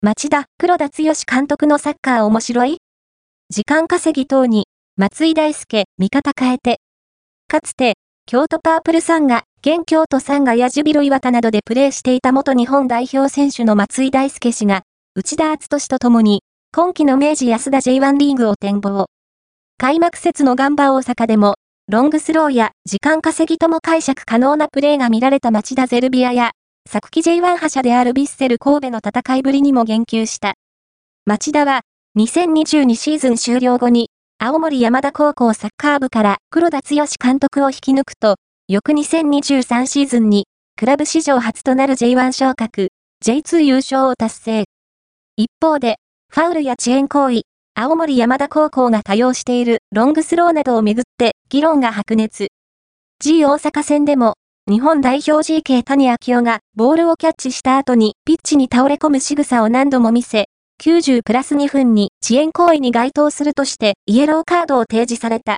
町田、黒田剛監督のサッカー面白い？時間稼ぎ等に、松井大輔、味方変えて。かつて、京都パープルサンガ、現京都サンガやジュビロ磐田などでプレーしていた元日本代表選手の松井大輔氏が、内田篤俊と共に、今季の明治安田 J1 リーグを展望。開幕節のガンバ大阪でも、ロングスローや時間稼ぎとも解釈可能なプレーが見られた町田ゼルビアや、昨季 J1 覇者であるヴィッセル神戸の戦いぶりにも言及した。町田は、2022シーズン終了後に、青森山田高校サッカー部から黒田剛監督を引き抜くと、翌2023シーズンに、クラブ史上初となる J1 昇格、J2 優勝を達成。一方で、ファウルや遅延行為、青森山田高校が多用しているロングスローなどをめぐって議論が白熱。G 大阪戦でも、日本代表 GK 谷昭夫がボールをキャッチした後にピッチに倒れ込む仕草を何度も見せ、90+2分に遅延行為に該当するとしてイエローカードを提示された。